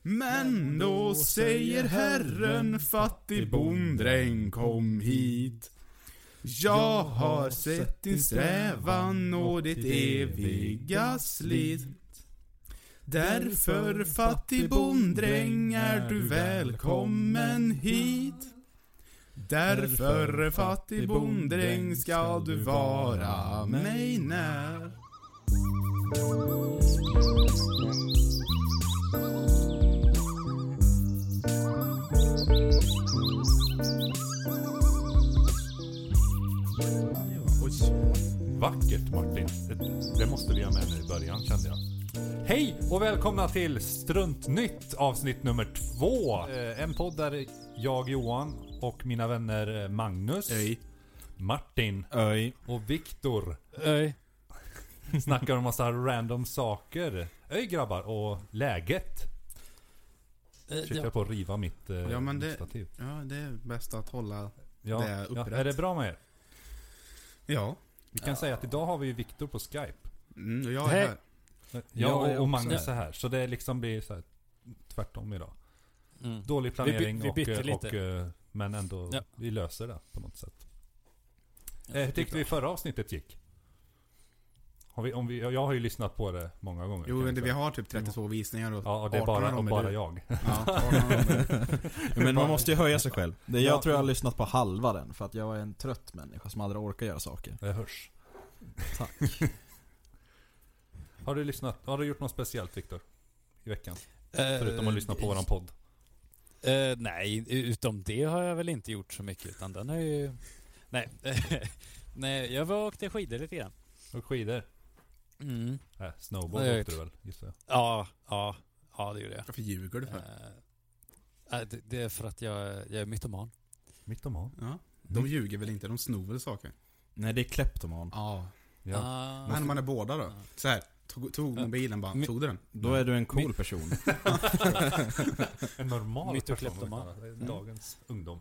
Men då säger Herren, fattig bonddräng, kom hit. Jag har sett din strävan och ditt eviga slit. Därför, fattig bonddräng, är du välkommen hit. Därför, fattig bonddräng, ska du vara mig när. Vackert, Martin. Det måste vi ha med nu i början, kände jag. Hej och välkomna till Struntnytt avsnitt nummer 2. En podd där jag, Johan, och mina vänner Magnus, Martin och Viktor snackar om massa random saker. Grabbar, och läget. Försöker på att riva mitt stativ. Ja, det är bäst att hålla det upprätt. Är det bra med er? Ja. Vi kan säga att idag har vi ju Viktor på Skype. Och jag är här. Ja, och Magnus är här. Så det liksom blir så här tvärtom idag. Dålig planering men ändå vi löser det på något sätt. Hur tyckte vi förra avsnittet gick? Jag har ju lyssnat på det många gånger. Jo, men vi har typ 32 visningar och det är bara jag. Ja, men man måste ju höja sig själv. Jag tror jag har lyssnat på halva den, för att jag är en trött människa som aldrig orkar göra saker. Det hörs. Tack. Har du gjort något speciellt, Viktor, i veckan? Förutom att lyssna på våran podd. Nej, utom det har jag väl inte gjort så mycket, utan den är ju... Nej, jag var åkte skidor lite grann. Och skidor? Snowboard åkte du väl, gissar jag? Ja, det gjorde jag. Varför ljuger du för? Det är för att jag är mytoman. Mytoman? Ja. De ljuger väl inte, de snor väl saker? Nej, det är kleptoman. Ja. Men man är båda då. Så här, tog mobilen bara, tog du den? Då är du en cool person. En normal mytokleptoman. Dagens ungdom.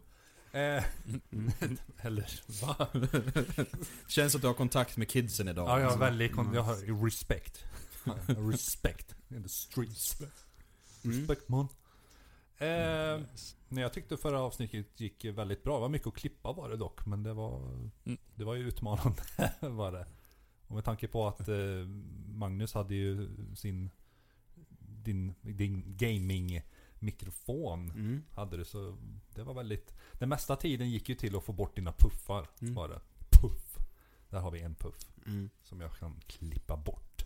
Eller va? Känns att du har kontakt med kidsen idag. Ja, jag har respect. Respect in the streets. Respect, man. Jag tyckte förra avsnittet gick väldigt bra. Det var mycket att klippa var det dock, men det var ju utmanande var det. Och med tanke på att Magnus hade ju din gaming mikrofon hade det, så det var väldigt, den mesta tiden gick ju till att få bort dina puffar var det. Puff. Där har vi en puff som jag kan klippa bort.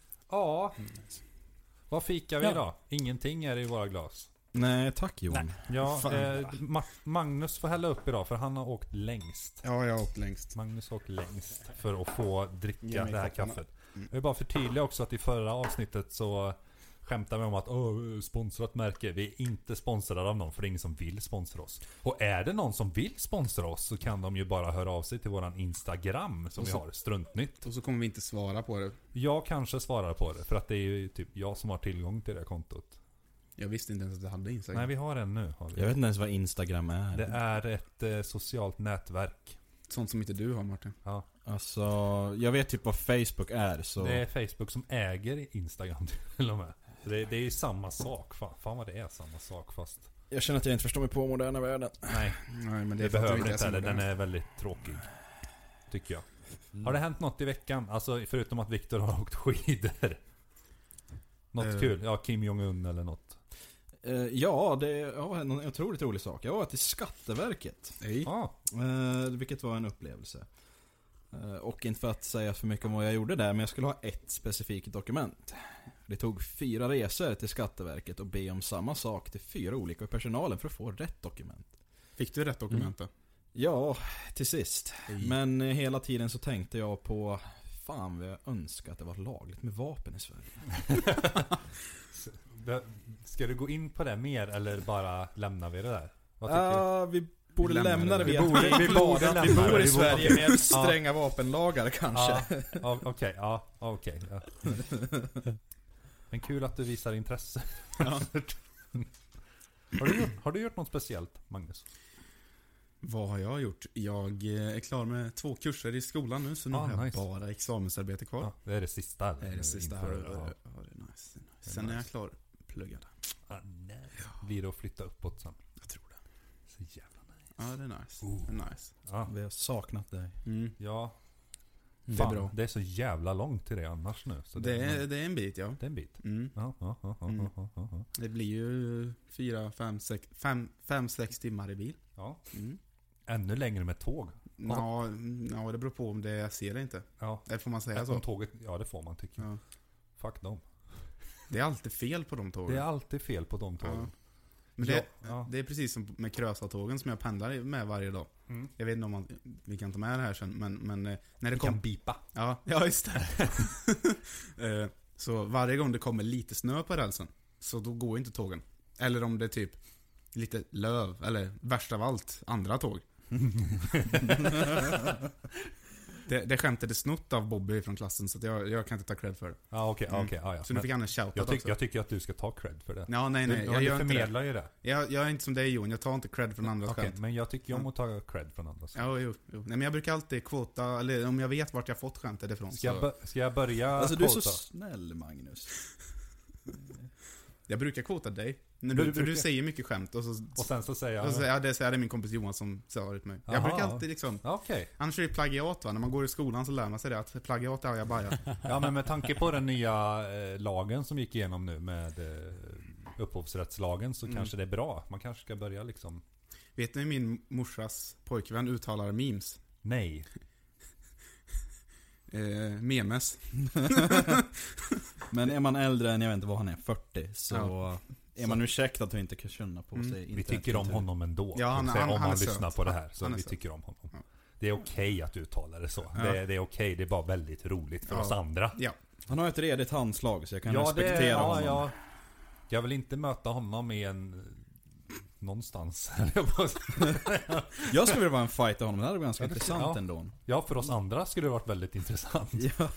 Vad fikar vi då? Ingenting är i våra glas. Nej, tack Johan. Magnus får hälla upp idag, för han har åkt längst. Ja, jag har åkt längst. Magnus har åkt längst för att få dricka det här kaffet. Jag vill bara förtydliga också att i förra avsnittet så skämtar vi om att sponsrat märke. Vi är inte sponsrade av någon, för det är ingen som vill sponsra oss. Och är det någon som vill sponsra oss, så kan de ju bara höra av sig till våran Instagram som vi har, Struntnytt. Och så kommer vi inte svara på det. Jag kanske svarar på det, för att det är ju typ jag som har tillgång till det kontot. Jag visste inte ens att jag hade Instagram. Nej, vi har en nu. Jag vet inte ens vad Instagram är. Det är ett socialt nätverk. Sånt som inte du har, Martin. Ja. Alltså, jag vet typ vad Facebook är, så... Det är Facebook som äger Instagram till och med. Det är ju samma sak. Fan vad det är samma sak, fast... Jag känner att jag inte förstår mig på moderna världen. Nej, men det behöver inte heller. Den är väldigt tråkig, tycker jag. Har det hänt något i veckan? Alltså, förutom att Viktor har åkt skidor. Något kul? Ja, Kim Jong-Un eller något. Ja, det var en otroligt rolig sak. Jag var till Skatteverket. Vilket var en upplevelse. Och inte för att säga för mycket om vad jag gjorde där, men jag skulle ha ett specifikt dokument. Det tog 4 resor till Skatteverket och be om samma sak till 4 olika personalen för att få rätt dokument. Fick du rätt dokument då? Ja, till sist. Men hela tiden så tänkte jag på, fan vad jag önskar att det var lagligt med vapen i Sverige. Ska du gå in på det mer, eller bara lämnar vi det där? Vi borde lämna det. Vi bor i Sverige med stränga vapenlagar kanske. Okej. Men kul att du visar intresse. Har du gjort något speciellt, Magnus? Vad har jag gjort? Jag är klar med 2 kurser i skolan nu, så nu har jag bara examensarbete kvar. Det är det sista. Det är det sista. Nice. Sen är jag klar pluggad. blir det att flytta uppåt sen? Jag tror det. Så jävla nice. Ja, det är nice. Det är nice. Ja. Vi har saknat dig. Ja. Det Fan, är bra. det är så jävla långt till det annars nu. Så Det är en bit, ja. det är en bit. Ja. Det blir ju 5-6 timmar i bil. Ja. Ännu längre med tåg. Ja, det beror på om det jag ser det inte. Ja. Eller får man säga så? Tåget, ja, det får man tycker jag. Ja. Fuck dem. Det är alltid fel på de tågen. Det är alltid fel på de tågen. Ja. Men det är precis som med Krösa-tågen som jag pendlar med varje dag. Jag vet inte om vi kan ta med det här sen, men när det kan bipa. Ja, just det. Så varje gång det kommer lite snö på rälsen, så då går inte tågen. Eller om det är typ lite löv, eller värst av allt, andra tåg. Det skämtet är snott av Bobby från klassen, så att jag kan inte ta cred för det. Ja, okej. Ja. Så nu fick han en shoutout också. Jag tycker att du ska ta cred för det. Ja, nej. Jag förmedlar ju det. Jag är inte som dig, Jon. Jag tar inte cred från andras skämt. Men jag tycker om att ta cred från andras. Jo. Nej, men jag brukar alltid kvota, eller om jag vet vart jag fått skämtet ifrån. Ska jag börja alltså, du är så snäll, Magnus. Jag brukar kvota dig. Du säger mycket skämt och sen så säger jag... det är min kompis Johan som sa det till mig. Jag brukar alltid liksom... Okay. Annars är det plagiat, va? När man går i skolan så lär man sig det, att plagiat har jag bajat. Ja, men med tanke på den nya lagen som gick igenom nu med upphovsrättslagen så kanske det är bra. Man kanske ska börja liksom... Vet ni min morsas pojkvän uttalar memes? Nej. Memes. Men är man äldre än, jag vet inte vad han är, 40, så är man ursäktad att du inte kan känna på sig. Vi tycker om honom ändå. Ja, om man lyssnar på det här. Så vi söt. tycker om honom. Ja. Det är okej att uttala det så. Ja. Det är okej, det är bara väldigt roligt för oss andra. Ja. Han har ett redigt handslag så jag kan respektera honom. Ja. Jag vill inte möta honom i någonstans. Jag skulle vilja vara en fight av honom. Det hade varit ganska intressant ändå. Ja, för oss andra skulle det varit väldigt intressant. Ja.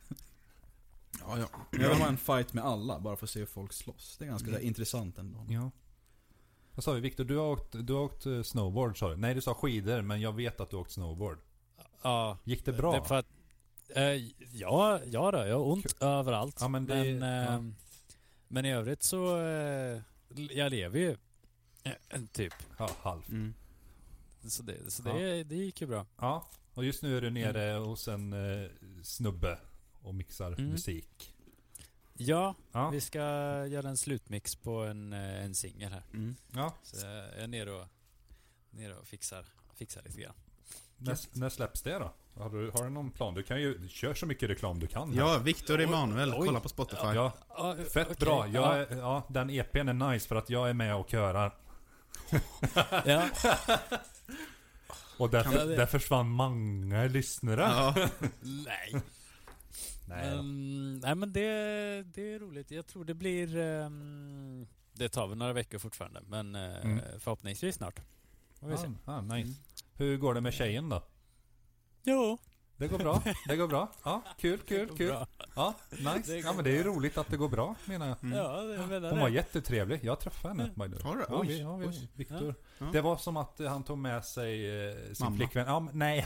Jag vill ha en fight med alla, bara för att se hur folk slåss. Det är ganska intressant ändå. Ja. Vad sa vi, Victor? Du har åkt snowboard, sa du? Nej, du sa skidor, men jag vet att du har åkt snowboard. Ja. Gick det bra? Det för att, ja då, jag har ont överallt. Ja, men i övrigt så jag lever ju typ halv. Så det gick ju bra. Ja, och just nu är du nere hos en snubbe och mixar musik. Ja, vi ska göra en slutmix på en singel här. Ja. Så jag är nere och fixar lite grann. När släpps det då? Har du någon plan? Du kan ju köra så mycket reklam du kan här. Ja, Victor Emanuel, kolla på Spotify. Ja, fett bra. Den EPn är nice för att jag är med och körar. Ja. Och där försvann många lyssnare. Ja. Nej, men det är roligt. Jag tror det blir det tar väl några veckor fortfarande, men förhoppningsvis snart. Nice. Hur går det med tjejen då? Jo, det går bra. Ja, kul. Ja, nice. Ja, men det är ju roligt att det går bra, menar jag. Ja, hon var jättetrevlig. Jag träffade henne. Oj. Victor. Ja. Det var som att han tog med sig sin flickvän. Ja, nej.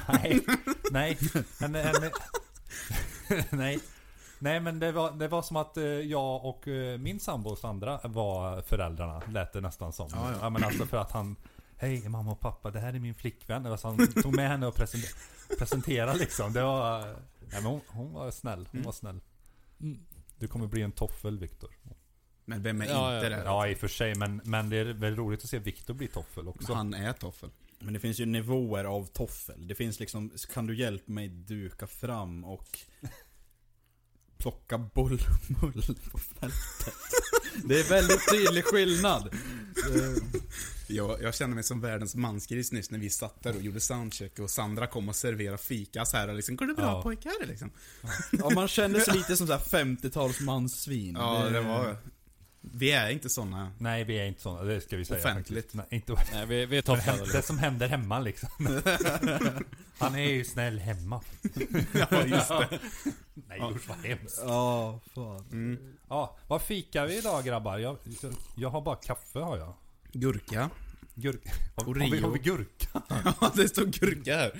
Nej, men det var som att jag och min sambo Sandra var föräldrarna. Lät det nästan som. Ja, men alltså för att han... Hej mamma och pappa, det här är min flickvän. Alltså han tog med henne och presenterade liksom. Det var... Nej, men hon var snäll. Du kommer bli en toffel, Victor. Men vem är inte det? Ja, i och för sig. Men det är väl roligt att se Victor bli toffel också. Han är toffel. Men det finns ju nivåer av toffel. Det finns liksom, kan du hjälpa mig duka fram och plocka mull på fältet? Det är väldigt tydlig skillnad. Jag känner mig som världens mansgris nyss när vi satt där och gjorde soundcheck och Sandra kom och serverade fika så här och liksom, går det bra pojkar liksom? Ja, man kände sig lite som så här 50-tals manssvin. Ja, det var... Vi är inte såna. Nej, vi är inte såna, det ska vi säga. Offentligt. Nej, vi är toppade. Det som händer hemma liksom. Han är ju snäll hemma. Ja, just det. Nej, usch vad hemskt. Ja, fan. Ja, vad fikar vi idag, grabbar? Jag har bara kaffe, har jag. Gurka. Har vi gurka? Ja, det står gurka här.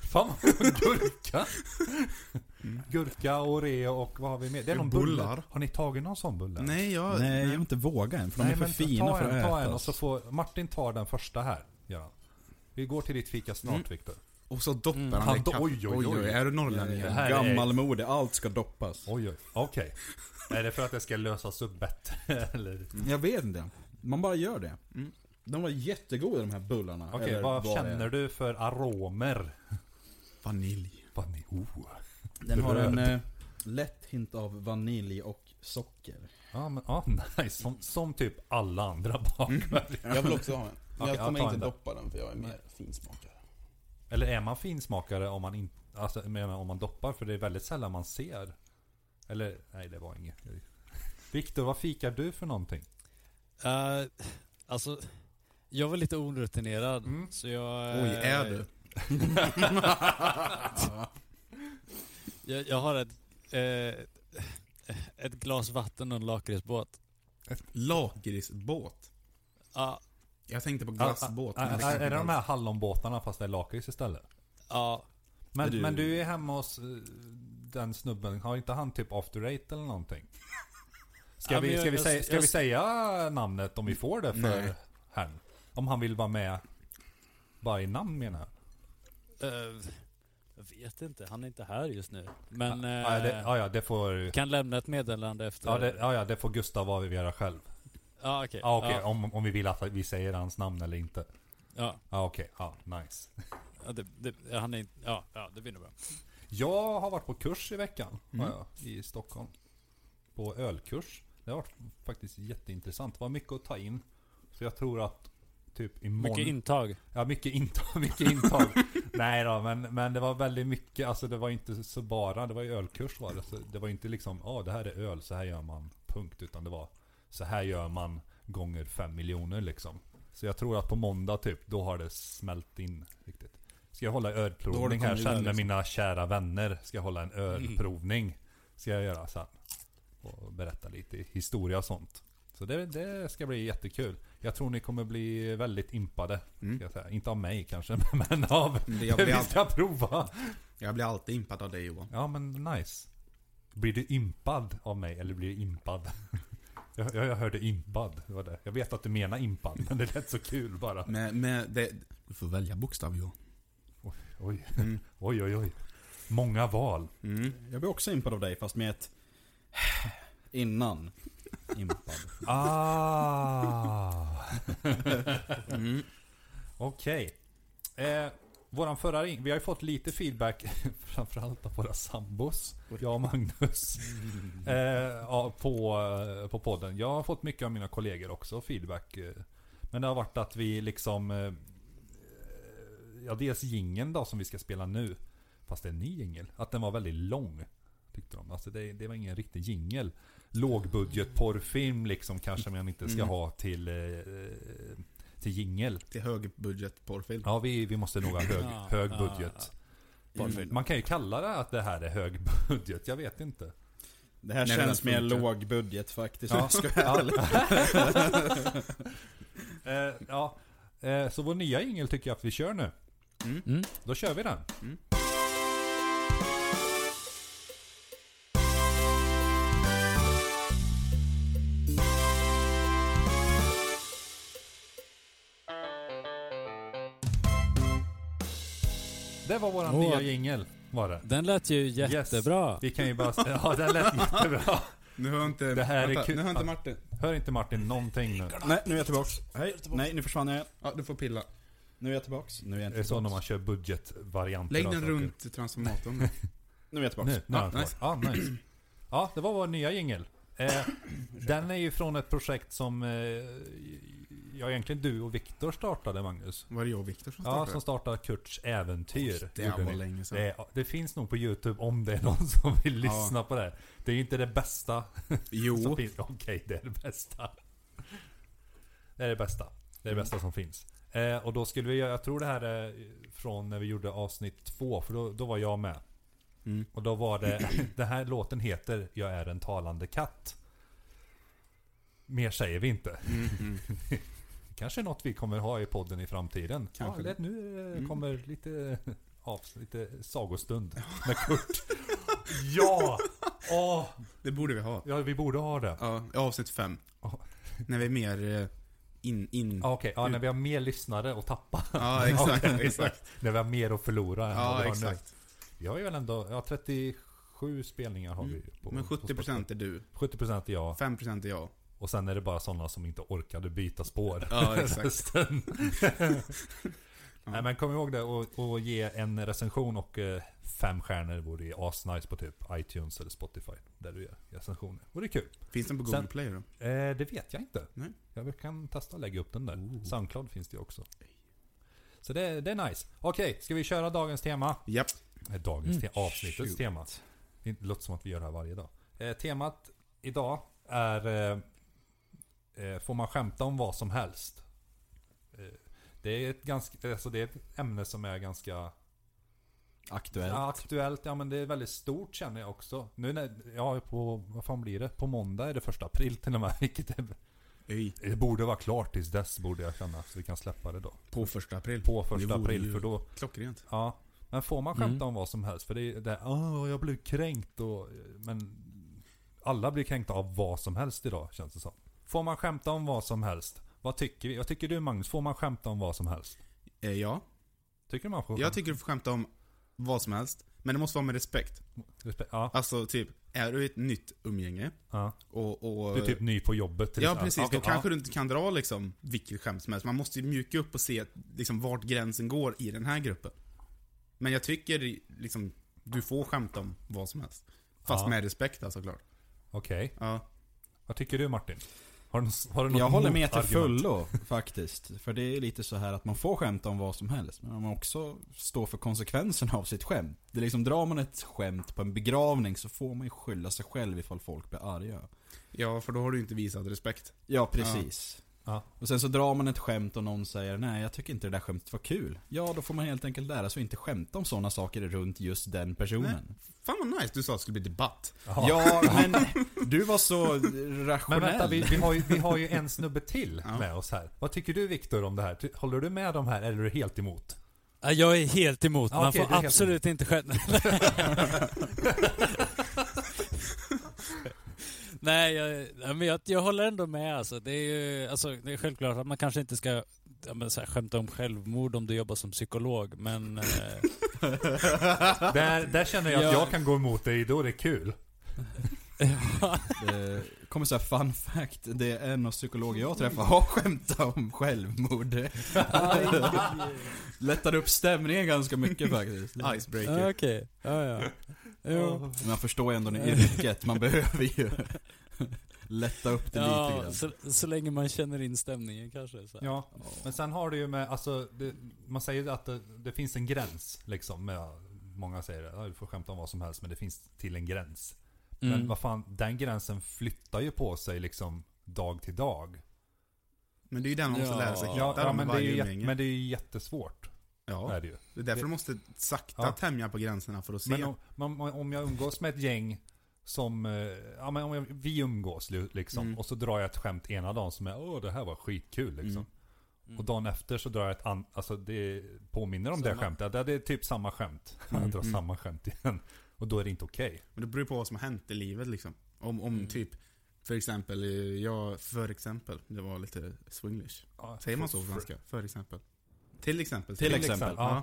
Fan, gurka. Gurka, Oreo och vad har vi med? Det är någon bullar. bulle. Har ni tagit någon sån bulle? Nej, jag vill inte våga än, för de är för fina för att ätas. Ta en och så får Martin ta den första här. Ja. Vi går till ditt fika snart, Viktor. Och så doppar han det. Oj. Är du norrlänning? Gammalmode, allt ska doppas. Oj. Okej. Är det för att det ska lösas upp bättre? Eller? Jag vet inte. Man bara gör det. De var jättegoda, de här bullarna. Okej, vad känner du för aromer? Vanilj. Den har en lätt hint av vanilj och socker. Ja, men nice. Som typ alla andra bakverk. Jag vill också ha en. Men Okej, jag kommer ta inte en doppa den, för jag är mer finsmakare. Eller är man finsmakare om man inte, alltså jag menar om man doppar, för det är väldigt sällan man ser. Eller nej, det var inget. Viktor, vad fikar du för någonting? Alltså, jag var lite orutinerad, så jag... Oj, är du? jag har ett glas vatten och en lakritsbåt. Lakritsbåt? Ja. Jag tänkte på glassbåt. Är det de här hallonbåtarna fast det är lakrits istället? Ja. Men du är hemma hos den snubben. Har inte han typ After Eight eller någonting? Ska vi säga namnet om vi får det för herrn? Om han vill vara med bara i namn, menar jag. Jag vet inte, han är inte här just nu. Men det får... kan lämna ett meddelande efter. Det får Gustav avgöra själv. Ja, okej. Om vi vill att vi säger hans namn eller inte. Ja. Ja, okej. Ja, nice. Han är inte... Ja, det blir nog bra. Jag har varit på kurs i veckan i Stockholm. På ölkurs. Det har varit faktiskt jätteintressant. Det var mycket att ta in. Så jag tror att typ imorgon... Mycket intag. Ja, mycket intag. Nej då, men det var väldigt mycket. Alltså det var inte så bara, det var ju ölkurs var det. Så det var inte liksom, det här är öl, så här gör man, punkt. Utan det var, så här gör man gånger 5 miljoner liksom. Så jag tror att på måndag typ, då har det smält in riktigt. Ska jag hålla ölprovning här sen med mina kära vänner. Ska jag hålla en ölprovning. Ska jag göra sen. Och berätta lite historia och sånt. Så det ska bli jättekul. Jag tror ni kommer bli väldigt impade. Ska jag säga. Inte av mig kanske, men av vi ska prova. Jag blir alltid impad av dig, Johan. Ja, men nice. Blir du impad av mig eller blir du impad? Jag hörde impad. Det var det. Jag vet att du menar impad, men det är rätt så kul bara. Du får välja bokstav, Johan. Oj. Många val. Jag blir också impad av dig, fast med ett innan impad. Okej. Våran förra vi har ju fått lite feedback framförallt av våra sambos, jag och Magnus, på podden. Jag har fått mycket av mina kollegor också feedback, men det har varit att vi liksom dels jingeln då som vi ska spela nu, fast det är en ny jingel, att den var väldigt lång, tyckte de. Alltså det var ingen riktig jingel. Lågbudget porrfilm liksom, kanske man inte ska ha till jingel. Till högbudget porrfilm. Ja, vi måste nog ha hög budget. Man kan ju kalla det att det här är hög budget, jag vet inte. Det här känns mer låg budget faktiskt. Så vår nya jingel tycker jag att vi kör nu. Då kör vi den. Det var våran nya jingel, var det. Den lät ju jättebra. Yes. Vi kan ju bara... Ja, den lät jättebra. Nu hör inte... Det här är nu hör inte Martin. Hör inte Martin någonting nu? Nej, nu är jag tillbaks. Hej. Nej, nu försvann jag. Ja, du får pilla. Nu är jag tillbaks. Nu är jag det är så när man kör budgetvarianter. Lägg den runt transformatorn. Nu är jag tillbaks. Nice. Ja, det var vår nya jingel. Den är ju från ett projekt som egentligen du och Viktor startade, Magnus. Var det jag och Viktor som startade? Ja, som startade Kurts äventyr. Det var länge sedan. Det finns nog på YouTube om det är någon som vill lyssna på det. Det är ju inte det bästa. Jo. Okej, det är det bästa. Det är det bästa. Det är det bästa som finns. Och då skulle vi, jag tror det här är från när vi gjorde avsnitt 2, för då var jag med. Och då var det, den här låten heter Jag är en talande katt. Mer säger vi inte. Kanske något vi kommer ha i podden i framtiden. Kanske. Nu kommer lite lite sagostund med Kurt. Ja! Det borde vi ha. Ja, vi borde ha det. Ja, avsnitt 5. När vi är mer Okej, när vi har mer lyssnare att tappa. Ja, exakt, exakt. När vi har mer att förlora än vad Ja, vi har exakt. nu. Vi har ju väl ändå 37 spelningar har vi på. Men 70% är du. 70% är jag. 5% är jag. Och sen är det bara sådana som inte orkade byta spår. Ja, exakt. Nej, men kom ihåg det och ge en recension och 5 stjärnor vore det asnice på typ iTunes eller Spotify där du gör recensioner. Och det är kul. Finns den på Google Play då? Det vet jag inte. Nej. Jag kan testa att lägga upp den där. Soundcloud finns det ju också. Så det är nice. Okej, ska vi köra dagens tema? Japp. Avsnittets tema. Det låter som att vi gör det här varje dag. Temat idag är får man skämta om vad som helst? Det är ett ämne som är ganska aktuellt. Ja, men det är väldigt stort känner jag också. Nu när vad fan blir det? På måndag är det 1 april till och med, vilket är det borde vara klart tills dess, borde jag känna, så vi kan släppa det då. På 1 april. På 1 april, för då klockrent. Ja. Men får man skämta om vad som helst? För det är jag blev kränkt men alla blir kränkta av vad som helst idag, känns det som. Får man skämta om vad som helst? Vad tycker vi? Vad tycker du, Magnus? Får man skämta om vad som helst? Ja. Tycker man får Jag tycker du får skämta om vad som helst. Men det måste vara med respekt. Ja. Alltså typ, är du i ett nytt umgänge och du är typ ny på jobbet. Ja, precis. Då kanske du inte kan dra liksom vilket skämt som helst. Man måste ju mjuka upp och se liksom vart gränsen går i den här gruppen. Men jag tycker liksom du får skämta om vad som helst. Fast med respekt, alltså, såklart. Okej. Ja. Vad tycker du, Martin? Har du något jag håller med till motargument? fullo faktiskt. För det är lite så här att man får skämta om vad som helst, men man också står för konsekvenserna av sitt skämt. Det är liksom, drar man ett skämt på en begravning så får man ju skylla sig själv ifall folk blir arga. Ja, för då har du inte visat respekt. Ja, precis. Ja. Och sen så drar man ett skämt och någon säger nej, jag tycker inte det där skämtet var kul. Ja, då får man helt enkelt lära sig att inte skämta om sådana saker runt just den personen. Nej. Fan vad nice, du sa att det skulle bli debatt. Ja, men du var så rationell. Men vänta, vi har ju en snubbe till med oss här. Vad tycker du, Viktor, om det här? Håller du med om det här eller är du helt emot? Jag är helt emot. Man okej, får absolut inte skämta. Nej, jag håller ändå med. Alltså. Det är självklart att man kanske inte ska skämta om självmord om du jobbar som psykolog, men där känner jag att jag kan gå emot dig, då är det kul. Det kommer så här fun fact. Det är en av psykologer jag träffar har skämtat om självmord. Lättar upp stämningen ganska mycket faktiskt. Icebreaker. Okej. Ja. Jo. Men jag förstår ju ändå i yrket. Man behöver ju lätta upp det lite grann. Så länge man känner in stämningen kanske. Så. Ja, men sen har det ju med, alltså, man säger att det finns en gräns liksom. Med, många säger det, du får skämta om vad som helst, men det finns till en gräns. Men vad fan, den gränsen flyttar ju på sig liksom dag till dag. Men det är ju den man måste lära sig hitta. Ja, men det är ju jättesvårt. Ja, är det ju. Det är därför du måste sakta tämja på gränserna för att se. Men om jag umgås med ett gäng som, vi umgås liksom, och så drar jag ett skämt ena dagen som är, det här var skitkul liksom. Och dagen efter så drar jag ett alltså det påminner om det skämtet. Det är typ samma skämt. Jag drar samma skämt igen. Och då är det inte okej. Men det beror på vad som har hänt i livet liksom. Om typ, för exempel, det var lite swinglish. Säger man så ganska? För exempel. Till exempel. Ja.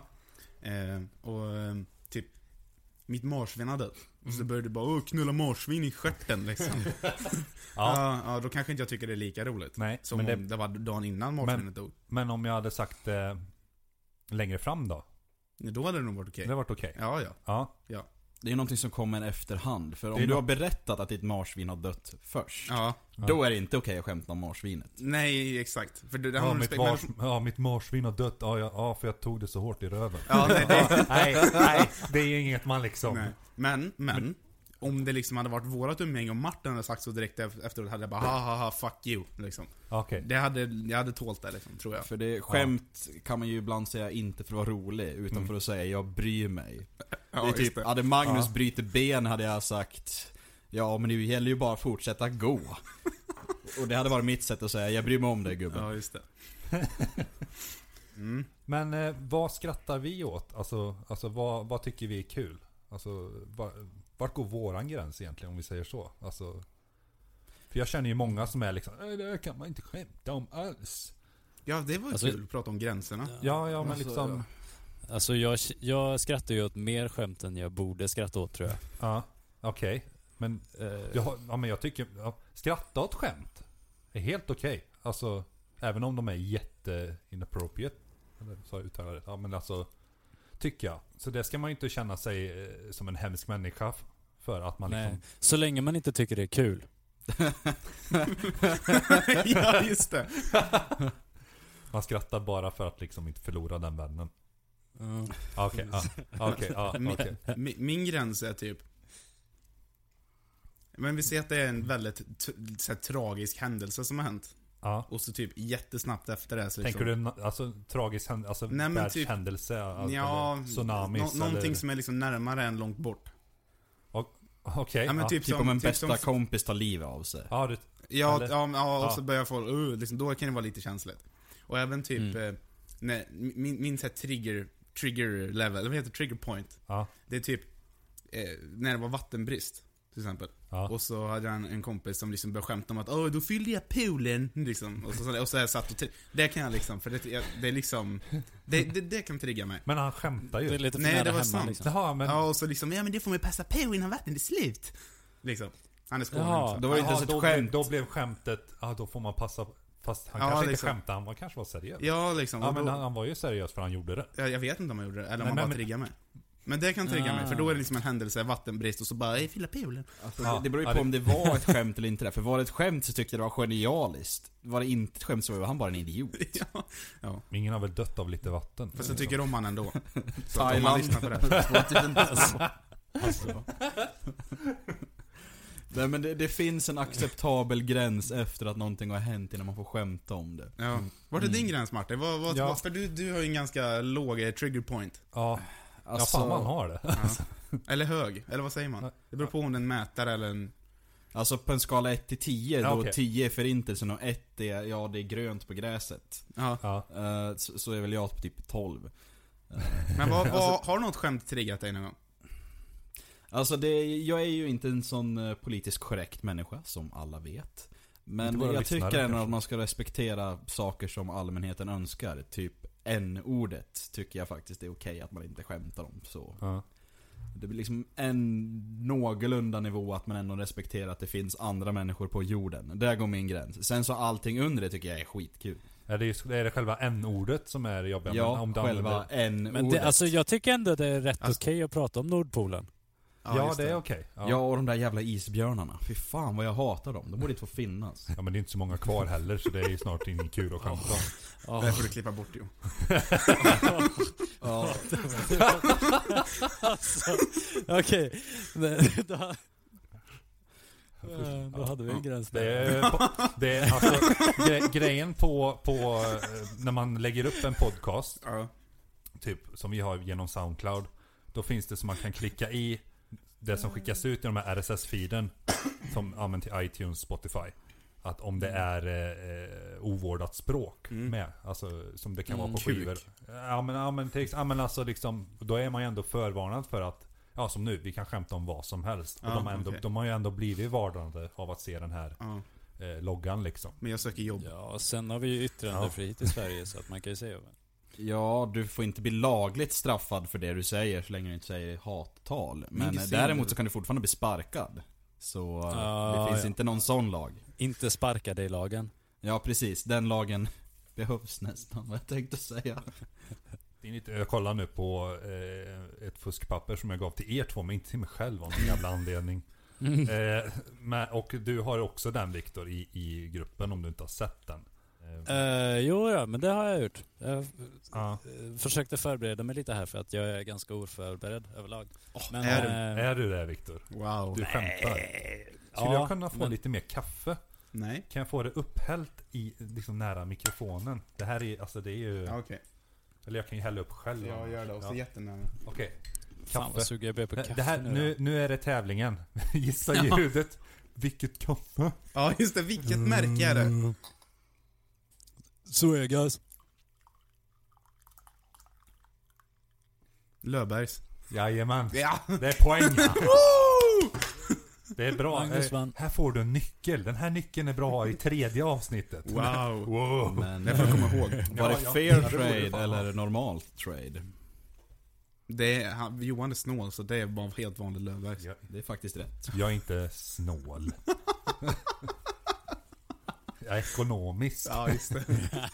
Typ, mitt marsvin hade dött. Och så började du bara, knulla marsvin i stjärten liksom. Ja, då kanske inte jag tycker det är lika roligt. Nej, som om det var dagen innan marsvinet dog. Men om jag hade sagt det längre fram då? Då hade det nog varit okej. Det hade varit okej. Ja. Det är någonting som kommer efterhand. För om du har berättat att ditt marsvin har dött först, då är det inte okej att skämta om marsvinet. Nej, exakt. För mitt marsvin har dött. För jag tog det så hårt i röven. Nej, det är inget man liksom. Nej. Men om det liksom hade varit vårat umgänge och Martin hade sagt så direkt efteråt, hade jag bara haha fuck you liksom. Okay. Jag hade tålt det liksom, tror jag. För det skämt kan man ju ibland säga inte för att vara rolig, utan för att säga jag bryr mig. Det är typ, hade Magnus bryter ben hade jag sagt, ja men det gäller ju bara att fortsätta gå. Och det hade varit mitt sätt att säga, jag bryr mig om dig gubben. Ja, just det. Men vad skrattar vi åt? Alltså vad tycker vi är kul? Alltså, vart går våran gräns egentligen om vi säger så? Alltså, för jag känner ju många som är liksom, det kan man inte skämta om alls. Ja, det var ju kul att prata om gränserna. Ja, men liksom... Alltså jag skrattar ju åt mer skämt än jag borde skratta åt, tror jag. Ja, okej. Men, men jag tycker... skratta åt skämt är helt okej. Alltså, även om de är jätte-inappropriate. Eller så jag uttalar det. Ja, men alltså... Tycker jag. Så det ska man ju inte känna sig som en hemsk människa för att man liksom... Så länge man inte tycker det är kul. Ja, just det. Man skrattar bara för att liksom inte förlora den vännen. Okej. Min gräns är typ... Men vi ser att det är en väldigt så här, tragisk händelse som har hänt. Ja. Och så typ jättesnabbt efter det så tänker liksom, du alltså tragisk händelse, nej, men typ, världshändelse, ja, tsunamis någonting eller... som är liksom närmare än långt bort. Okej. Ja, typ om en bästa kompis tar livet av sig. Och så börjar folk liksom, då kan det vara lite känsligt. Och även typ när, min så här trigger level, eller vad heter trigger point. Ja. Det är typ när det var vattenbrist till exempel. Ja. Och så hade jag en kompis som liksom började skämta om att då fyllde jag poolen liksom. Och så jag satt och det kan jag liksom, för det är liksom det kan trigga mig. Men han skämtar ju. Det är lite nej, det var hemma, sant. liksom. Jaha, men... Ja, och så liksom, men det får man passa på innan vattnet är slut. Liksom. Han är skåning. Då var det inte ens ett skämt. Då blev skämtet, då får man passa. Fast han kanske liksom inte skämtade, han kanske var seriös. Ja, liksom. Ja, men han var ju seriös för han gjorde det. Jag vet inte om han gjorde det, eller om han bara triggar mig. Men det kan trigga mig, för då är det liksom en händelse, vattenbrist och så bara, fylla poolen. Alltså, det beror ju på om det var ett skämt eller inte där. För var det ett skämt så tyckte jag det var genialiskt. Var det inte ett skämt så var han bara en idiot. Ja. Ingen har väl dött av lite vatten. Fast jag tycker om han ändå. Så Thailand. om man lyssnar på det. Alltså. Nej, men det finns en acceptabel gräns efter att någonting har hänt innan man får skämta om det. Ja. Vart är din gräns, Martin? För du har ju en ganska låg trigger point. Ja. Alltså, fan man har det. Ja. Eller hög, eller vad säger man? Det beror på om det är en mätare eller en... Alltså på en skala 1 till 10, ja, då okay. 10 är förintelsen och 1 är, det är grönt på gräset. Ja. Så är väl jag på typ 12. Men har du något skämt triggat dig någon gång? Alltså jag är ju inte en sån politiskt korrekt människa, som alla vet. Men jag tycker ändå att man ska respektera saker som allmänheten önskar. Typ N-ordet tycker jag faktiskt är okej att man inte skämtar om så. Ja. Det blir liksom en någorlunda nivå att man ändå respekterar att det finns andra människor på jorden. Där går min gräns. Sen så allting under det tycker jag är skitkul. Är det själva N-ordet som är jobbigt? Ja, om själva N-ordet. Men alltså jag tycker ändå det är rätt okej att prata om Nordpolen. Ja, det är okej. Ja, och de där jävla isbjörnarna. Fy fan vad jag hatar dem. De borde inte få finnas. Ja, men det är inte så många kvar heller, så det är ju snart ingen kul att skämta om. Det får du klippa bort, jo. Alltså, okej. Då hade vi en gräns där. Alltså, grejen på när man lägger upp en podcast, typ som vi har genom SoundCloud, då finns det som man kan klicka i det som skickas ut i de här RSS-feeden som använder till iTunes, Spotify. Att om det är ovårdat språk med, alltså som det kan vara på skivor. Men alltså liksom, då är man ju ändå förvarnad för att, ja som nu, vi kan skämta om vad som helst. Och de har ju ändå blivit vardande av att se den här loggan liksom. Men jag söker jobb. Ja, sen har vi ju yttrandefrihet i Sverige så att man kan ju säga. Ja, du får inte bli lagligt straffad för det du säger så länge du inte säger hattal. Men däremot så kan du fortfarande bli sparkad. Så det finns inte någon sån lag. Inte sparkade i lagen. Ja, precis. Den lagen behövs nästan, vad jag tänkte säga. Jag kollar nu på ett fuskpapper som jag gav till er två, men inte till mig själv av någon jävla anledning. Och du har också den, Viktor, i gruppen om du inte har sett den. Jo, men det har jag gjort. Jag försökte förbereda mig lite här för att jag är ganska oförberedd överlag. Men, är du det, Viktor? Wow. Du skämtar. Skulle jag kunna få lite mer kaffe? Nej. Kan jag få det upphällt i liksom nära mikrofonen? Det här är, alltså det är ju... Okej. Eller jag kan ju hälla upp själv. Jag gör det också jättenära. Okej. Fan vad suger jag blir på kaffe det här, nu är det tävlingen. Gissa ljudet. Vilket kaffe? Ja, just det. Vilket märke är det? Suegas. Löfbergs. Jajamän. Ja! Det är poäng. Det är bra. Magnus vann. Här får du en nyckel. Den här nyckeln är bra i 3:e avsnittet. Wow. Men Det får jag komma ihåg. var det Ja, fair ja, det borde trade fan eller normalt trade? Johan är snål, så det var helt vanlig Löfbergs. Det är faktiskt rätt. Jag är inte snål. Jag är ekonomisk. Ja, just det.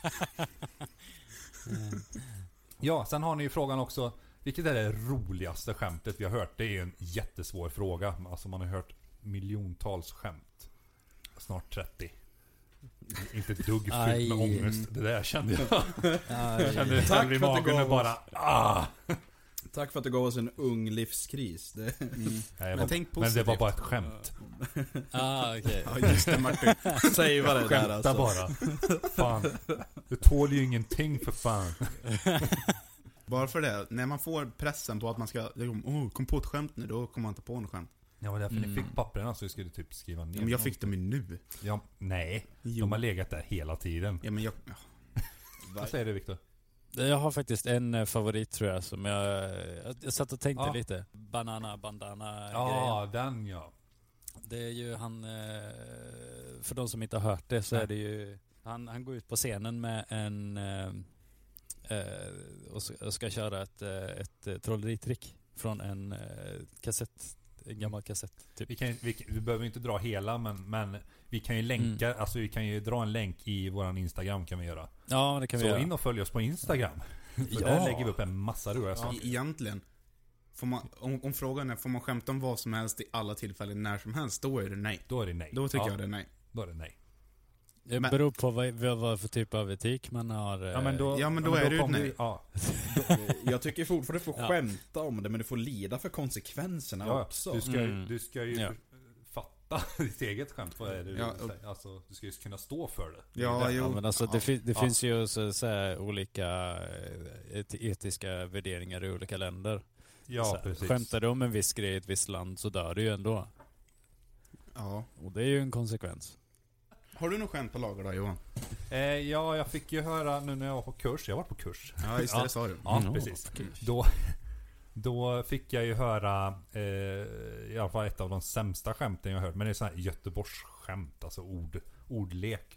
Ja, sen har ni ju frågan också. Vilket är det roligaste skämtet vi har hört? Det är ju en jättesvår fråga. Alltså man har hört miljontals skämt. Snart 30. Inte ett dugg fyllt med ångest. Det där kände jag. Jag kände det själv i magen och bara Tack för att du gav oss en ung livskris. Nej, Men tänk men det var positivt. bara ett skämt. Okej. Ja, just det, Martin. Säg vad det där Skämta alltså. bara. Fan. Du tål ju ingenting för fan. Bara för det, när man får pressen på att man ska kom på ett skämt nu, då kommer man inte på något skämt. Ja, men därför ni fick papperna så vi skulle typ skriva ner. Ja, men jag fick dem ju nu. Ja, nej. Jo. De har legat där hela tiden. Ja, men Vad säger du, Viktor? Jag har faktiskt en favorit tror jag som jag satt och tänkte lite. Banana bandana grejen. Ja, den ja. Det är ju han, för de som inte har hört det så är det ju, han går ut på scenen med en och ska köra ett trolleritrick från en kassett, en gammal kassett typ. Vi behöver inte dra hela, men vi kan ju länka, alltså vi kan ju dra en länk i våran Instagram kan vi göra. Ja, det kan vi Så göra. in och följ oss på Instagram. För där lägger vi upp en massa roliga saker. egentligen får man, om frågan är, får man skämta om vad som helst i alla tillfällen, när som helst, då är det nej. Då är det nej. Då tycker jag det är nej. Då är det nej. Det Men- beror på vad för typ av etik man har. Ja, men då är det ju kommer nej. vi- Ja, Jag tycker fortfarande du får Ja. skämta om det, men du får lida för konsekvenserna ja, också. du ska ju Ja. fatta ditt eget skämt. Vad är det Ja, du säger? Alltså, du ska ju kunna stå för det. Ja, Ja, men alltså det Ja. finns ju så här olika etiska värderingar i olika länder. Ja, Så här, precis. skämtar du om en viss grej i ett visst land så dör du ju ändå. Ja. Och det är ju en konsekvens. Har du något skämt på lager då, Johan? Ja, jag fick ju höra nu när jag var på kurs. Jag var på kurs. Ja, just det, Ja. det sa du. Ja, precis. Då fick jag ju höra i alla fall ett av de sämsta skämten jag har hört. Men det är så här Göteborgsskämt, alltså ordlek.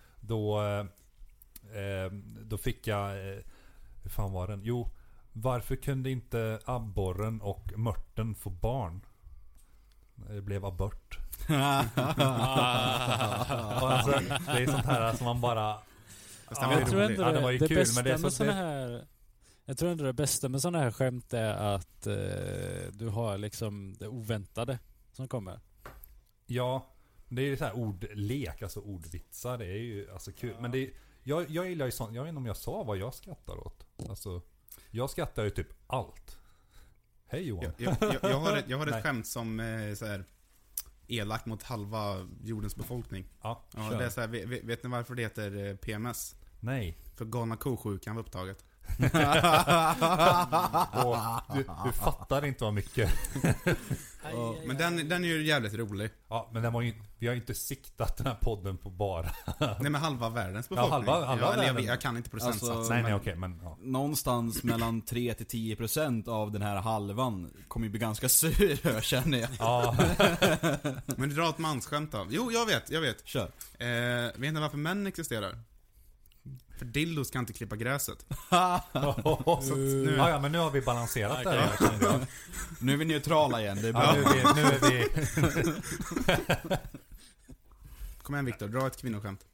Då fick jag hur fan var den? Jo, varför kunde inte abborren och mörten få barn? Det blev abort. Och alltså, det är sånt här som man bara... Fast den var ju Jag tror rolig. ändå Ja, det var ju det kul, bästa men det är så- med såna här... Jag tror ändå det bästa med såna här skämt är att du har liksom det oväntade som kommer. Ja, det är ju så här ordlek, alltså ordvitsar. Det är ju alltså kul. Men det är, jag gillar ju sånt. Jag vet inte om jag sa vad jag skrattar åt. Alltså, jag skrattar ju typ allt. Hej Johan. Jag har Nej. ett skämt som så här elakt mot halva jordens befolkning. Ja, Ja, det är så här, vet ni varför det heter PMS? nej. För galna ko-sjukan var upptaget. Och du fattar inte vad mycket. Men den är ju jävligt rolig. Ja, men den var ju, vi har ju inte siktat den här podden på bara. Nej, men halva världens Ja, befolkning. halva eller världen. jag kan inte procentsatsen. Alltså, Nej, men- okej, men ja. Någonstans mellan 3-10% av den här halvan kommer ju bli ganska sur, känner jag. Ja, Men du drar ett mansskämt då. Jo, jag vet. Kör. Vet ni varför män existerar? För dildos kan inte klippa gräset. nu, ja, men nu har vi balanserat det här. känner jag. Nu är vi neutrala igen, det är bra. Ja, nu är vi Kom igen Viktor, dra ett kvinnoskämt.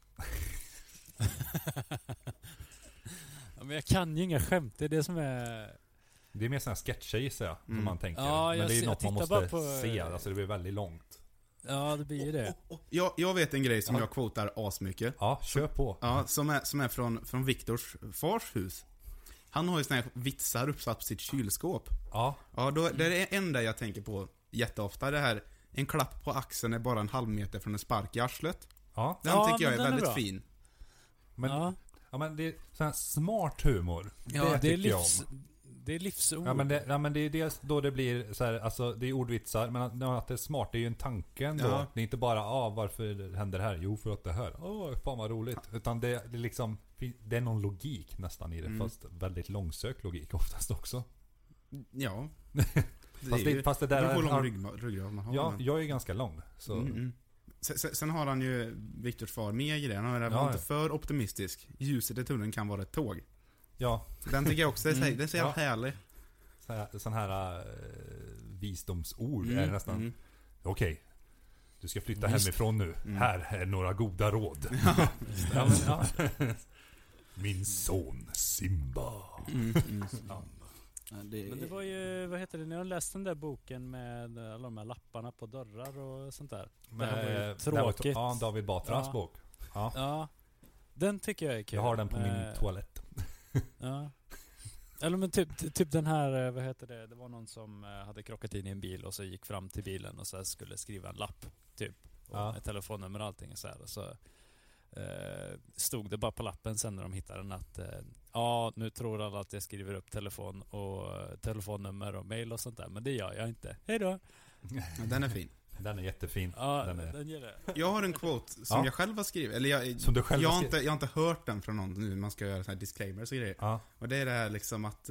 Ja, men jag kan ju inga skämt, det är det som är... Det är mer sådana här sketcher gissar jag, som man tänker. Ja, men jag det är ju ser- något jag man tittar måste bara på- se, alltså det blir väldigt långt. Ja, det blir ju det. Jag vet en grej som jag kvotar asmycket. Ja, kör på. Ja, som är från Viktors fars hus. Han har ju såna här vitsar uppsatt på sitt kylskåp. Ja, Ja, då, det är det enda jag tänker på jätteofta. Det här, en klapp på axeln är bara en halv meter från en spark i arslet. ja. Den Ja, tycker jag är men den är väldigt bra. fin. Men, Ja. ja, men det är sån här smart humor. Ja, det det är tycker jag om. Det är livsord. Ja men det är dels då det blir så här, alltså det är ordvitsar, men att det är smart, det är ju en tanke ändå. Ja. Det är inte bara, varför händer det här? Jo, för att det här. Fan vad roligt. Utan det är liksom, det är någon logik nästan i det, fast väldigt långsökt logik oftast också. Ja. Fast det där beror på hur är... lång ryggrad man har. Ja, men- jag är ganska lång. Så... Sen har han ju Viktors far med grejer. Han var inte för optimistisk. Ljuset i tunneln kan vara ett tåg. Ja. Den tycker jag också är så jävla härlig. Sån här visdomsord är det nästan. Okej. Du ska flytta hemifrån nu. Här är några goda råd. Min son Simba. Ja. Men det var ju, vad heter det, ni har läst den där boken med alla de här lapparna på dörrar och sånt där. Det här var ju tråkigt. Ja, David Batras bok. Ja. Den tycker jag är kul. Jag har den på min toalett. Ja. Eller men typ den här, vad heter det? Det var någon som hade krockat in i en bil och så gick fram till bilen och så skulle skriva en lapp typ. Och med telefonnummer och allting och så här. Och så stod det bara på lappen sen när de hittade den att nu tror alla att jag skriver upp telefon och telefonnummer och mail och sånt där. Men det gör jag inte. Hej då! Den är fin. Den är jättefin. Ja, den gillar Jag har en quote som jag själv har skrivit. Eller jag har inte hört den från någon nu. Man ska göra så här disclaimers och grejer. Ja. Och det är det här liksom att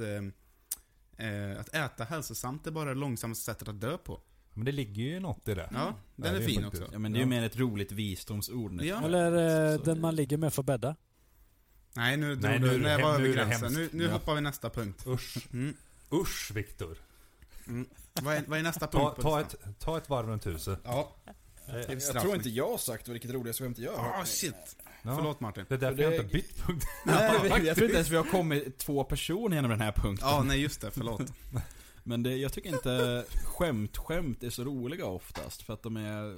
äta hälsosamt är bara det långsammaste sättet att dö på. Men det ligger ju något i det. Ja, den är fin också. Ja, men det är ju mer ett roligt visdomsord. Ja. Eller den man ligger med för bädda. Nej, nu när jag var över nu är det gränsen. Nu hoppar vi nästa punkt. Usch. Usch, Viktor. Vad är nästa punkt på listan? Ta ett varv runt huset. Ja. Jag tror inte jag har sagt vilket roligaste skämt jag har. Shit. Ja. Förlåt Martin. Det är därför jag inte bytt punkt. Nej, jag tror inte ens vi har kommit 2 personer genom den här punkten. Ja, nej just det, förlåt. Men jag tycker inte skämt är så roliga oftast. För att de är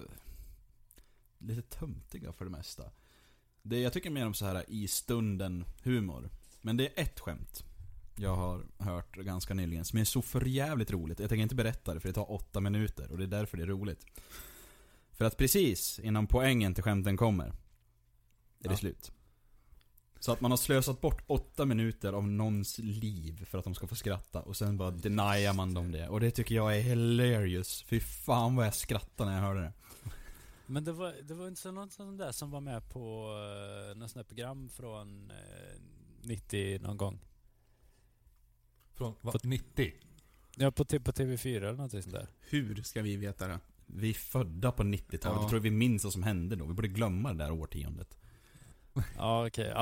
lite töntiga för det mesta. Jag tycker mer om så här i stunden humor. Men det är ett skämt jag har hört ganska nyligen som är så förjävligt roligt. Jag tänker inte berätta det för det tar 8 minuter. Och det är därför det är roligt. För att precis innan poängen till skämten kommer är det slut. Så att man har slösat bort 8 minuter av någons liv för att de ska få skratta. Och sen bara deniar man dem det. Och det tycker jag är hilarious. Fy fan vad jag skrattade när jag hörde det. Men det var inte så något sånt där som var med på något sånt här program från 90 någon gång. Från 90? Ja, på TV4 eller något sånt där. Hur ska vi veta det? Vi är födda på 90-talet. Ja. Jag tror vi minns vad som hände då. Vi borde glömma det där årtiondet. Ja, okej.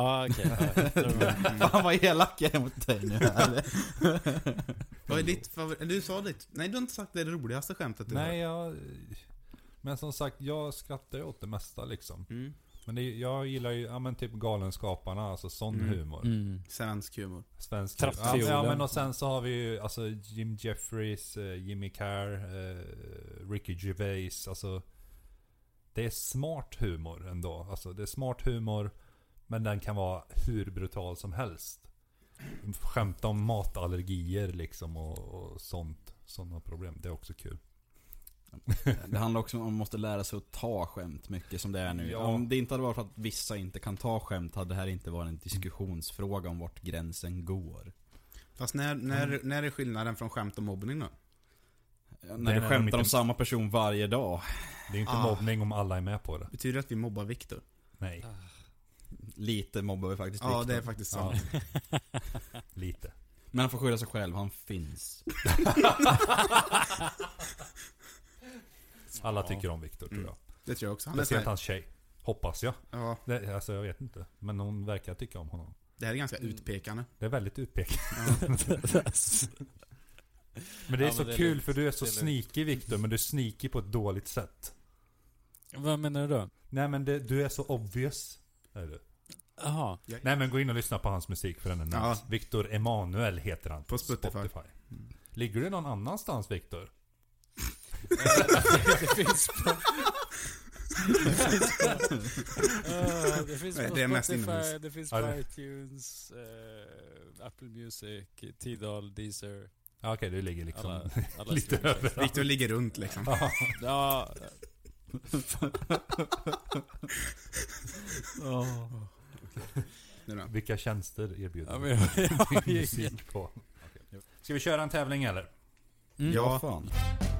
Fan vad elak jag är mot dig nu här. Vad är ditt favorit? Du sa ditt. Nej, du har inte sagt det roligaste skämtet du har. Men som sagt, jag skrattar ju åt det mesta liksom. Men jag gillar ju typ Galenskaparna, alltså sån humor. Svensk humor. Svensk Trattfiolen. Ja, men och sen så har vi ju alltså Jim Jeffries, Jimmy Carr, Ricky Gervais, alltså det är smart humor ändå. Alltså det är smart humor, men den kan vara hur brutal som helst. Skämta om matallergier liksom och sådana problem. Det är också kul. Det handlar också om att man måste lära sig att ta skämt mycket som det är nu. Ja. Om det inte hade varit för att vissa inte kan ta skämt hade det här inte varit en diskussionsfråga om vart gränsen går. Fast när är skillnaden från skämt och mobbning då? När du skämtar om samma person varje dag. Det är inte mobbning om alla är med på det. Betyder det att vi mobbar Viktor? Nej. Lite mobbar vi faktiskt Ja, Victor. det är faktiskt sant. Lite. Men han får skylla sig själv, han finns. Alla tycker om Viktor, tror jag. Det tror jag också. Han är Speciellt så här, hans tjej. Hoppas jag. ja, Alltså jag vet inte. Men hon verkar tycka om honom. det här är ganska utpekande. Det är väldigt utpekat. Ja. Men det är Ja, så men det är kul lugnt. för du är så Det är lugnt. sneaky, Viktor. Men du är sneaky på ett dåligt sätt. Vad menar du då? Nej, men du är så obvious. Är du? Jaha. Nej, men gå in och lyssna på hans musik för den är nice. Ja. Viktor Emanuel heter han På Spotify. Ligger du någon annanstans, Viktor? Det finns på... det finns Nej, på det är mest Spotify, inomhus. det finns Ja, på det- iTunes, Apple Music, Tidal, Deezer. Ja, okej, du ligger liksom Alla lite streamingtjänster. överallt. Viktor ligger runt liksom. Ja, Nu då. Vilka tjänster erbjuder ja, du men jag har ju ingen... musik på? Okej. Ska vi köra en tävling eller? Ja. Fan.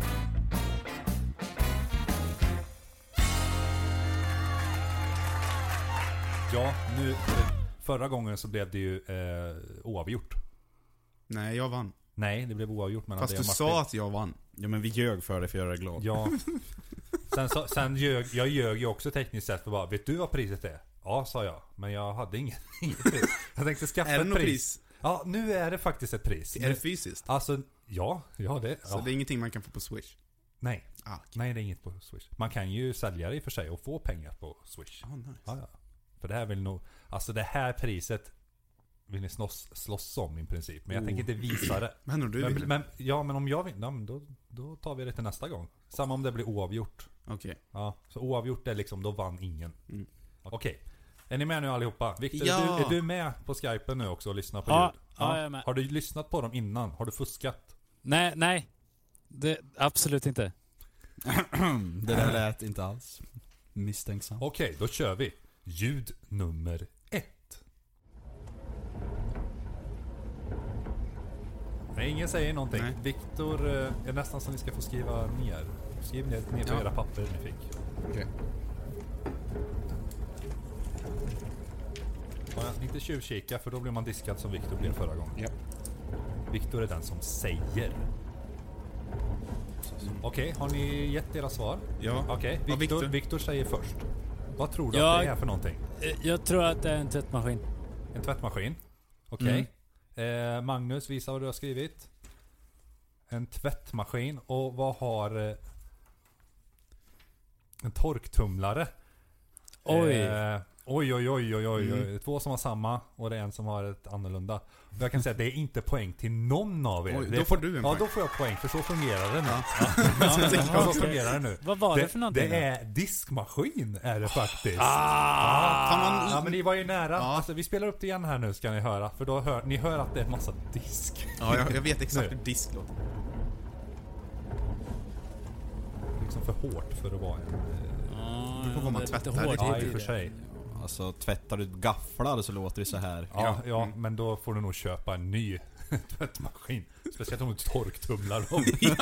Ja, förra gången så blev det ju oavgjort. Nej, jag vann. Nej, det blev oavgjort mellan Fast dig du och Martin. sa att jag vann. Ja, men vi ljög för dig för att göra dig glad. Ja. Sen jag ljög ju också tekniskt sett för bara, vet du vad priset är? Ja, sa jag. Men jag hade inget pris. Jag tänkte skaffa Är det ett något pris. pris? Ja, nu är det faktiskt ett pris. Är det fysiskt? Alltså, ja det. Så Ja. det är ingenting man kan få på Swish? Nej. Ah, Nej, det är inget på Swish. Man kan ju sälja det i och för sig och få pengar på Swish. nice. Ja. För det här vill nog... Alltså det här priset vill ni slåss om i princip. Men jag tänker inte visa det. Men om du vill? Men om jag vinner, men då tar vi det till nästa gång. Samma om det blir oavgjort. Okej. Ja, så oavgjort är liksom, då vann ingen. Mm. Okej. Är ni med nu allihopa? Victor, Ja. är du med på Skypen nu också och lyssnar på Ja, ljud? ja, jag är med. Har du lyssnat på dem innan? Har du fuskat? Nej. Det, absolut inte. Det där lät inte alls misstänksam. Okej, då kör vi. Ljud nummer 1. Nej, ingen säger någonting. Nej. Victor, är nästan som ni ska få skriva ner. Skriv ner på Ja. era papper ni fick. Okej. Ja, inte tjuvkika, för då blir man diskad som Victor blev förra gången. Ja. Victor är den som säger. Okej, har ni gett era svar? Ja. Okej, Ja, Victor säger först. Vad tror du Jag- att det är för någonting? Jag tror att det är en tvättmaskin. En tvättmaskin? Okej. Magnus, visa vad du har skrivit. En tvättmaskin. Och vad har... en torktumlare. Oj. Oj. 2 som har samma och det är en som har ett annorlunda. Och jag kan säga att det är inte poäng till någon av er. Oj, Det då är får du en Ja, poäng. då får jag poäng, för så fungerar det nu. Ja, Så fungerar det nu. Vad var det för någonting Det då? är diskmaskin, är det faktiskt. Kan man... Ja, men ni var ju nära. Ja. Alltså, vi spelar upp det igen här nu, ska ni höra. För då ni hör att det är en massa disk. Ja, jag vet exakt Nu. hur disk låter. Liksom för hårt för att vara en... beror på vad man det är lite tvättar. hårdhet Ja, i i och för det. sig. Alltså, tvättar du gafflar så låter det så här. Ja, men då får du nog köpa en ny tvättmaskin. Speciellt om du torktumlar dem.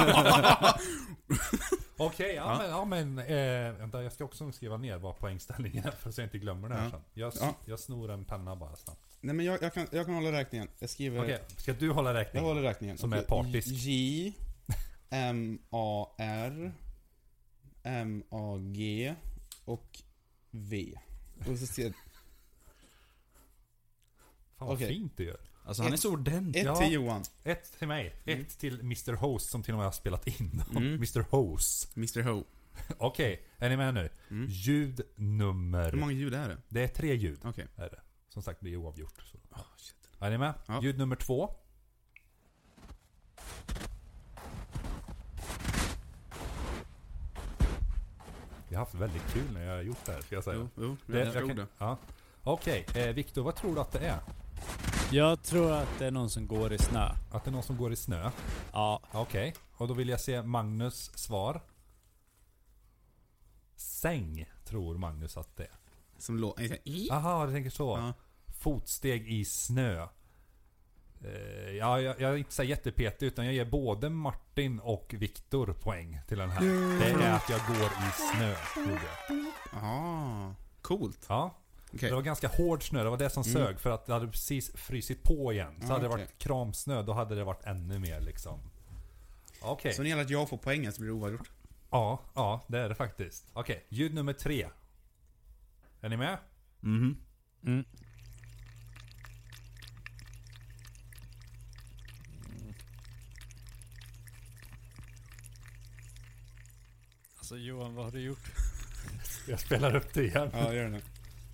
Okej, vänta, jag ska också skriva ner vad poängställningen är för så jag inte glömmer det här Ja. sen. Jag snor en penna bara snabbt. Nej, men jag kan hålla räkningen. Jag skriver... Okej, ska du hålla räkning? Jag håller räkningen. Som är partisk. J M-A-R M-A-G och V. Och så ser jag... Fan vad Okej. fint du gör. Alltså, han är så ordentlig. Ett Ja. till Johan. 1 till mig. 1 till Mr. Host som till och med har spelat in. Mm. Mr. Host. Mr. Ho. Okej, är ni med nu? Mm. Ljud nummer... Hur många ljud är det? Det är 3 ljud. Okej. Är det. Som sagt, blir oavgjort. Så. Shit. Är ni med? Ja. Ljud nummer 2. Jag har haft väldigt kul när jag har gjort det här, ska jag säga. Jo, jag tror det. Ja. Okej, Victor, vad tror du att det är? Jag tror att det är någon som går i snö. Att det är någon som går i snö? Ja. Okej, och då vill jag se Magnus svar. Säng, tror Magnus att det är. Som låter... Aha, du tänker så. Ja. Fotsteg i snö. Jag är inte så jättepetig, utan jag ger både Martin och Victor poäng till den här. Det är att jag går i snö, gjorde jag. Ah, coolt. Ja. Okej. Det var ganska hård snö, det var det som sög. För att det hade precis frysit på igen. Så hade det okej. varit kramsnö, då hade det varit ännu mer liksom. Okej. Så när det gäller att jag får poängen så blir det oavgjort. Ja, det är det faktiskt. Okej, ljud nummer 3. Är ni med? Mhm. Mm. Alltså Johan, vad har du gjort? Jag spelar upp det igen. Ja, gör det.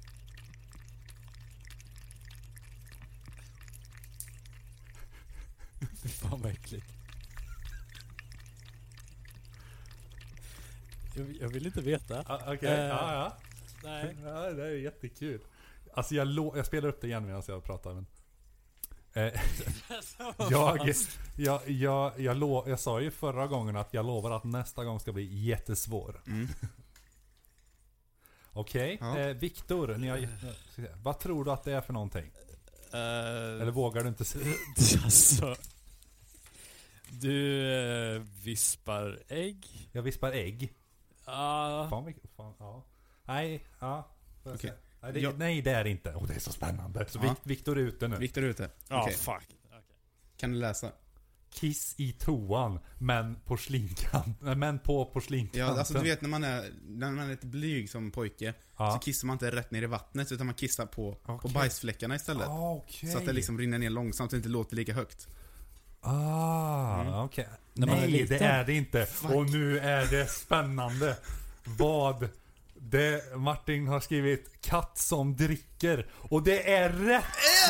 Fy fan vad äckligt. Jag vill inte veta. Okej, ja. Nej. Ja, det är jättekul. Alltså jag spelar upp det igen medan jag pratar. Men, jag sa ju förra gången att jag lovar att nästa gång ska bli jättesvår. Mm. Okej, Ja. Victor, vad tror du att det är för någonting? Eller vågar du inte säga? Alltså, du vispar ägg. Jag vispar ägg. Ja. Fan, ja. Nej, ja. Okej. Nej, det är det inte. Det är så spännande. Så Ja. Victor är ute nu. Victor är ute. Ja, Okej. fuck. Okay. Kan du läsa? kiss i toan, men på porslinskanten. Ja, alltså du vet när man är lite blyg som pojke, så kissar man inte rätt ner i vattnet, utan man kissar på bajsfläckarna istället. Så att det liksom rinner ner långsamt och inte låter lika högt. Okej. Nej, det är det inte. Och nu är det spännande. Vad det Martin har skrivit: katt som dricker. Och det är rätt!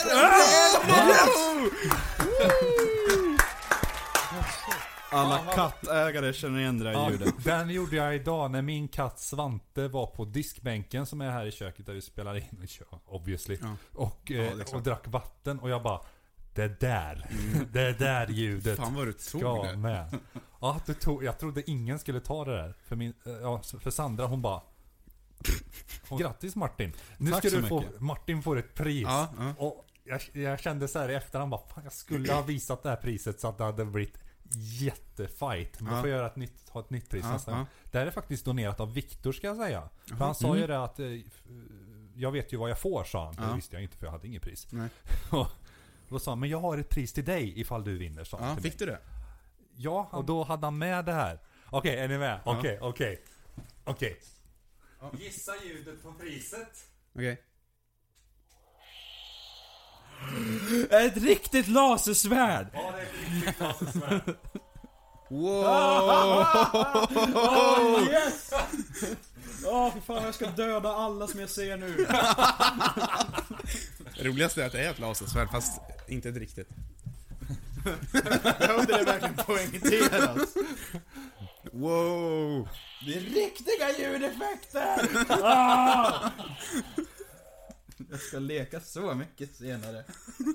Alla kattägare känner igen det där ljudet. Den gjorde jag idag när min katt Svante var på diskbänken som är här i köket där vi spelar in, obviously. Och drack vatten, och jag bara, det där ljudet. Fan vad du tog ska det. med. Ja, jag trodde ingen skulle ta det där. För Sandra, hon bara, grattis Martin. Nu Tack ska så du få, mycket. Martin får ett pris. Och jag kände så här i efterhand bara, fan, jag skulle ha visat det här priset så att det hade blivit jättefight. Man får göra ha ett nytt pris nästa gång. Det här är faktiskt donerat av Viktor, ska jag säga. För han sa ju det att jag vet ju vad jag får, sa han. Det visste jag inte, för jag hade inget pris. Nej. Och då sa han, men jag har ett pris till dig ifall du vinner, sa han till fick mig. du det? Ja, och då hade han med det här. Okej, är ni med? Okej. Gissa ljudet på priset. Okej. Ett riktigt lasersvärd! Ja, det är ett riktigt lasersvärd. Wow! Yes! Fy fan, jag ska döda alla som jag ser nu. Det roligaste är att det är ett lasersvärd, fast inte ett riktigt. Jag undrar det verkligen poängteras. Wow! Det är riktiga ljudeffekter! Jag ska leka så mycket senare.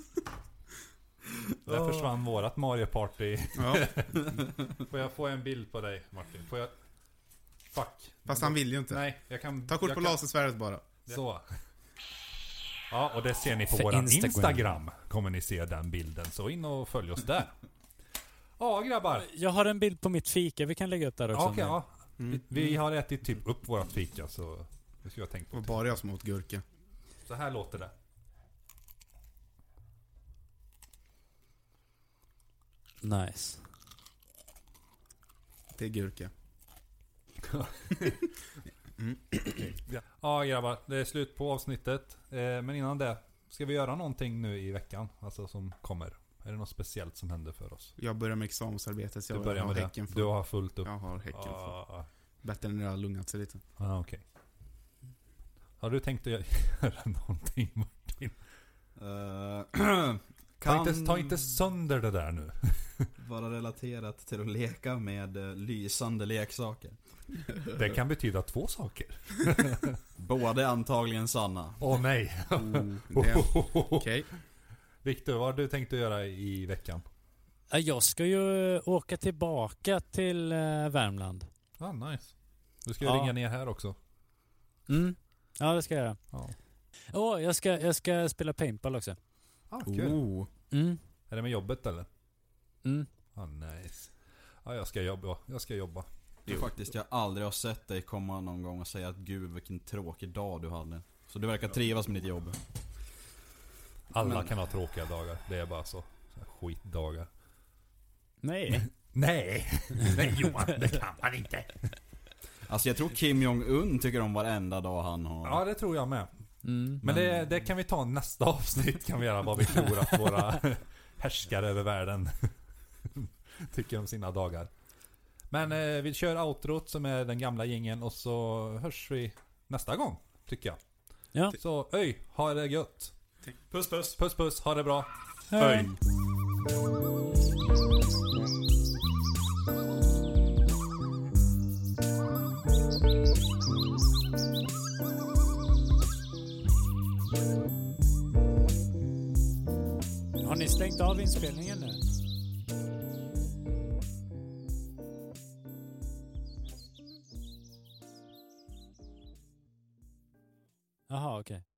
Där försvann vårat Mario Party. Ja. Får jag få en bild på dig, Martin? Får jag... Fuck. Fast han vill ju inte. Nej, jag kan... Ta kort på lasersvärdet bara. Så. Ja, och det ser ni på För våran Instagram. Instagram. Kommer ni se den bilden. Så in och följ oss där. Ja, grabbar. Jag har en bild på mitt fika, vi kan lägga upp där också. Okej, ja. Vi har ätit typ upp vårat fika, så det ska jag tänka Det var på. bara jag som åt gurka. Så här låter det. Nice. Det är gurka. Ja, grabbar, det är slut på avsnittet. Men innan det, ska vi göra någonting nu i veckan? Alltså som kommer. Är det något speciellt som händer för oss? Jag börjar med examensarbetet, så Du jag börjar har med häcken det. för. Du har fullt upp. Jag har häcken för. Bättre än det har lugnat sig lite. Okej. Har du tänkt att göra någonting, Martin? Ta inte sönder det där nu. Vara relaterat till att leka med lysande leksaker. Det kan betyda två saker. Båda är antagligen sanna. Åh nej. Okej. Viktor, vad har du tänkt att göra i veckan? Jag ska ju åka tillbaka till Värmland. Nice. Du ska ringa ner här också. Ja, det ska jag göra. Ja. Jag ska spela paintball också. Kul. Är det med jobbet eller? Nice. Ja, jag ska jobba. Det är faktiskt, jag aldrig har sett dig komma någon gång och säga att gud vilken tråkig dag du hade. Så du verkar trivas med ditt jobb. Alla kan ha tråkiga dagar. Det är bara så. Skitdagar. Nej. Nej Johan, det kan man inte. Alltså jag tror Kim Jong-Un tycker om varenda dag han har. Ja, det tror jag med. Men det kan vi ta nästa avsnitt. Kan vi göra vad vi tror att våra härskare över världen tycker om sina dagar. Men vi kör outrot som är den gamla gängen. Och så hörs vi nästa gång, tycker jag. Ja. Så ha det gött. Puss puss. Puss, ha det bra. Hej. Har ni stängt av inspelningen nu? Jaha, okej.